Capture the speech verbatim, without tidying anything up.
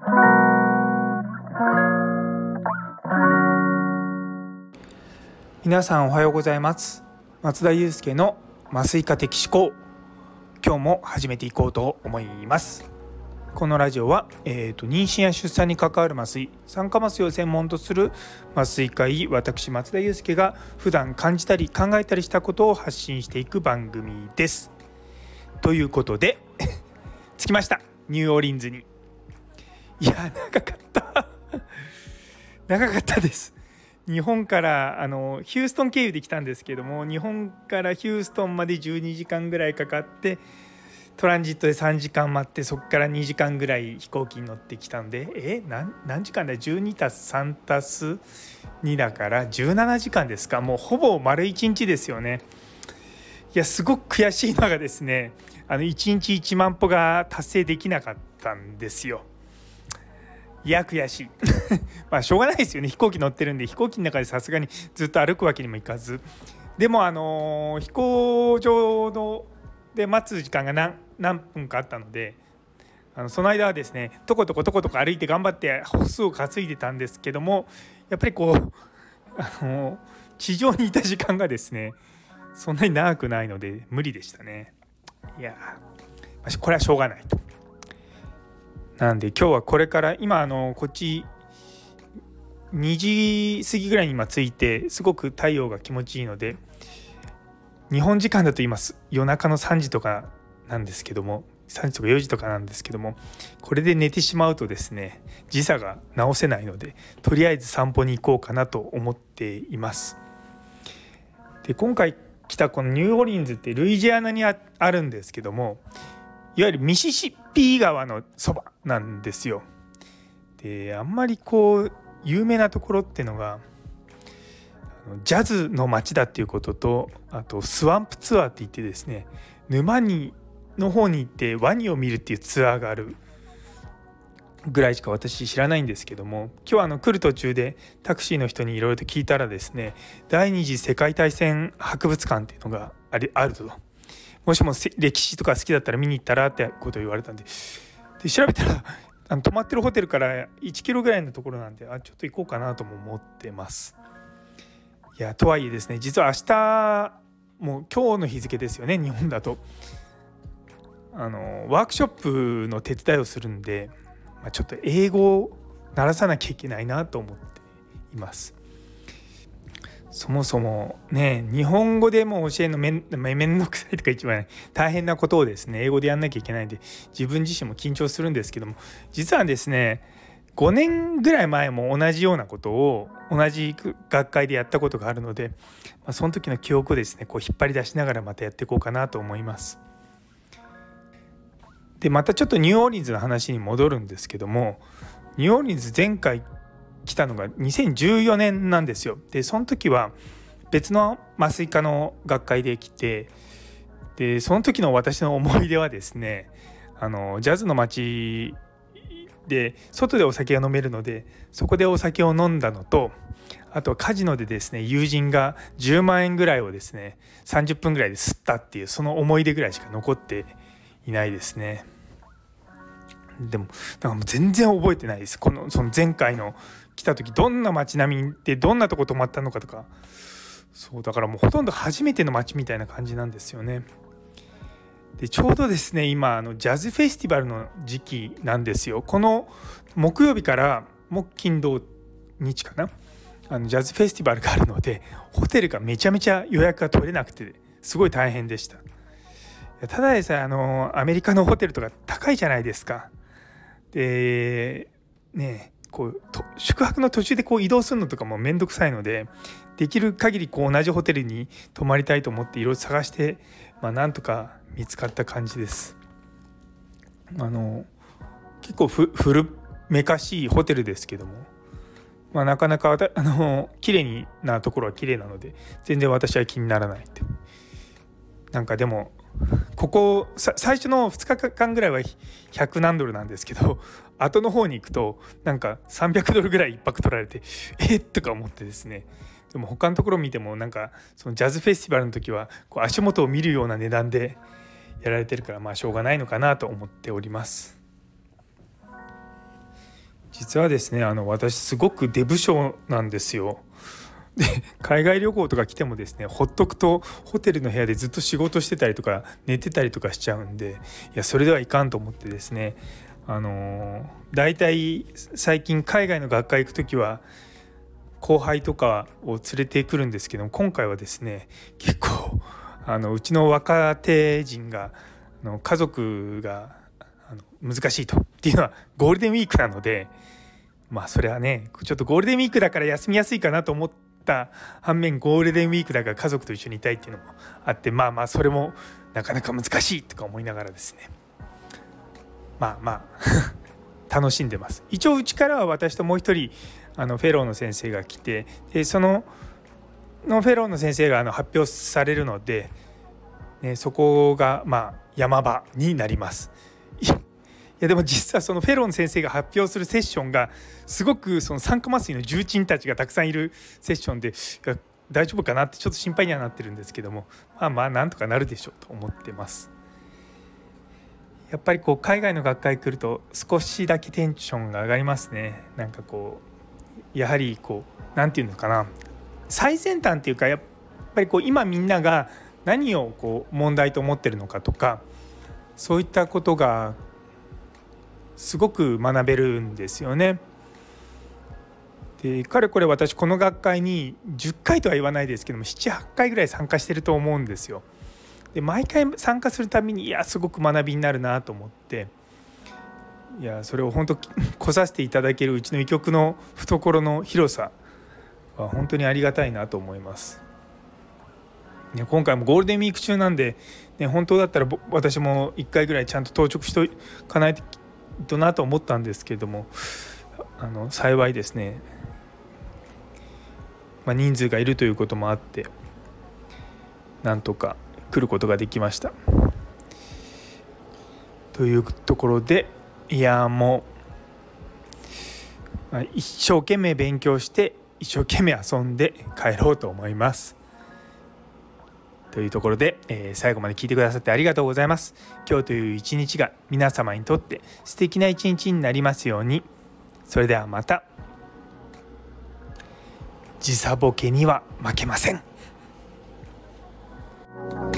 皆さんおはようございます。松田祐介の麻酔科的思考、今日も始めていこうと思います。このラジオは、えーと、妊娠や出産に関わる麻酔、酸化麻酔を専門とする麻酔科医、私松田祐介が普段感じたり考えたりしたことを発信していく番組です。ということで着きました、ニューオーリンズに。いや長かった長かったです。日本からあのヒューストン経由で来たんですけども、日本からヒューストンまでじゅうにじかんぐらいかかって、トランジットでさんじかん待って、そこからにじかんぐらい飛行機に乗ってきたんで、え何何時間だ、じゅうにたすさんたすにだからじゅうななじかんですか。もうほぼ丸いちにちですよね。いやすごく悔しいのがですね、あのいちにちいちまん歩が達成できなかったんですよ。いや悔しいまあしょうがないですよね。飛行機乗ってるんで、飛行機の中でさすがにずっと歩くわけにもいかず、でもあの飛行場ので待つ時間が 何, 何分かあったので、あのその間はですね、とことことことこ歩いて頑張って歩数を稼いでたんですけども、やっぱりこうあの地上にいた時間がですねそんなに長くないので無理でしたね。いやこれはしょうがないと。なんで今日はこれから今あのこっちにじ過ぎぐらいに今着いて、すごく太陽が気持ちいいので、日本時間だと言います夜中のさんじとかなんですけども、さんじとかよじとかなんですけども、これで寝てしまうとですね時差が直せないので、とりあえず散歩に行こうかなと思っています。で今回来たこのニューオーリンズってルイジアナに あ, あるんですけども、いわゆるミシシッピ川のそばなんですよ。であんまりこう有名なところっていうのがジャズの街だっていうことと、あとスワンプツアーって言ってですね、沼にの方に行ってワニを見るっていうツアーがあるぐらいしか私知らないんですけども、今日あの来る途中でタクシーの人にいろいろと聞いたらですね、第二次世界大戦博物館っていうのがあると、もしも歴史とか好きだったら見に行ったらってことを言われたんで、で調べたらあの泊まってるホテルからいちキロぐらいのところなんで、あちょっと行こうかなとも思ってます。いやとはいえですね、実は明日もう今日の日付ですよね、日本だとあのワークショップの手伝いをするんで、まあ、ちょっと英語を習わさなきゃいけないなと思っています。そもそもね、日本語でも教えるのめんめんどくさいとか一番大変なことをですね英語でやんなきゃいけないんで、自分自身も緊張するんですけども、実はですねごねんぐらい前も同じようなことを同じ学会でやったことがあるので、まあ、その時の記憶をですねこう引っ張り出しながらまたやっていこうかなと思います。でまたちょっとニューオーリンズの話に戻るんですけども、ニューオーリンズ前回来たのがにせんじゅうよねんなんですよ。でその時は別の麻酔科の学会で来て、でその時の私の思い出はですね、あのジャズの街で外でお酒が飲めるので、そこでお酒を飲んだのと、あとカジノでですね友人がじゅうまんえんぐらいをですねさんじゅっぷんぐらいで吸ったっていう、その思い出ぐらいしか残っていないですね。でもなんかもう全然覚えてないです。このその前回の来た時どんな街並みでどんなとこ泊まったのかとか、そうだからもうほとんど初めての街みたいな感じなんですよね。でちょうどですね今あのジャズフェスティバルの時期なんですよ。この木曜日から木金土日かな、あのジャズフェスティバルがあるので、ホテルがめちゃめちゃ予約が取れなくてすごい大変でした。ただでさえあのアメリカのホテルとか高いじゃないですか。でねこうと宿泊の途中でこう移動するのとかもめんどくさいので、できる限りこう同じホテルに泊まりたいと思っていろいろ探して、まあ、なんとか見つかった感じです。あの結構ふ古めかしいホテルですけども、まあ、なかなかあの綺麗なところは綺麗なので全然私は気にならないって。なんかでもここ最初のふつかかんぐらいはひゃくなんドルなんですけど、後の方に行くとなんかさんびゃくドルぐらい一泊取られてえっとか思ってですね、でも他のところ見てもなんかそのジャズフェスティバルの時はこう足元を見るような値段でやられてるから、まあしょうがないのかなと思っております。 実はですね、あの私すごく出不精なんですよ。で海外旅行とか来てもですね、ほっとくとホテルの部屋でずっと仕事してたりとか寝てたりとかしちゃうんで、いやそれではいかんと思ってですね、あのだいたい最近海外の学会行くときは後輩とかを連れてくるんですけども、今回はですね結構あのうちの若手陣があの家族があの難しいとっていうのはゴールデンウィークなので、まあそれはねちょっとゴールデンウィークだから休みやすいかなと思った反面、ゴールデンウィークだから家族と一緒にいたいっていうのもあって、まあまあそれもなかなか難しいとか思いながらですね、まあまあ楽しんでます。一応うちからは私ともう一人あのフェローの先生が来て、でそののフェローの先生があの発表されるので、ね、そこがまあ山場になります。いやでも実はそのフェローの先生が発表するセッションがすごくその酸化麻酔の重鎮たちがたくさんいるセッションで、いや大丈夫かなってちょっと心配にはなってるんですけども、まあまあなんとかなるでしょうと思ってます。やっぱりこう海外の学会来ると少しだけテンションが上がりますね。なんかこうやはりこうなんていうのかな、最先端っていうか、やっぱりこう今みんなが何をこう問題と思ってるのかとか、そういったことがすごく学べるんですよね。でかれこれ私この学会にじゅっかいとは言わないですけどもななはちかいぐらい参加してると思うんですよ。で毎回参加するたびにいやすごく学びになるなと思って、いやそれを本当来させていただけるうちの医局の懐の広さは本当にありがたいなと思います。ね、今回もゴールデンウィーク中なんで、ね、本当だったら私もいっかいぐらいちゃんと当直しとかないとなと思ったんですけれども、あの幸いですね、まあ、人数がいるということもあってなんとか来ることができました。というところで、いやもう、まあ、一生懸命勉強して一生懸命遊んで帰ろうと思います。というところで、えー、最後まで聞いてくださってありがとうございます。今日という一日が皆様にとって素敵な一日になりますように。それではまた。時差ボケには負けません。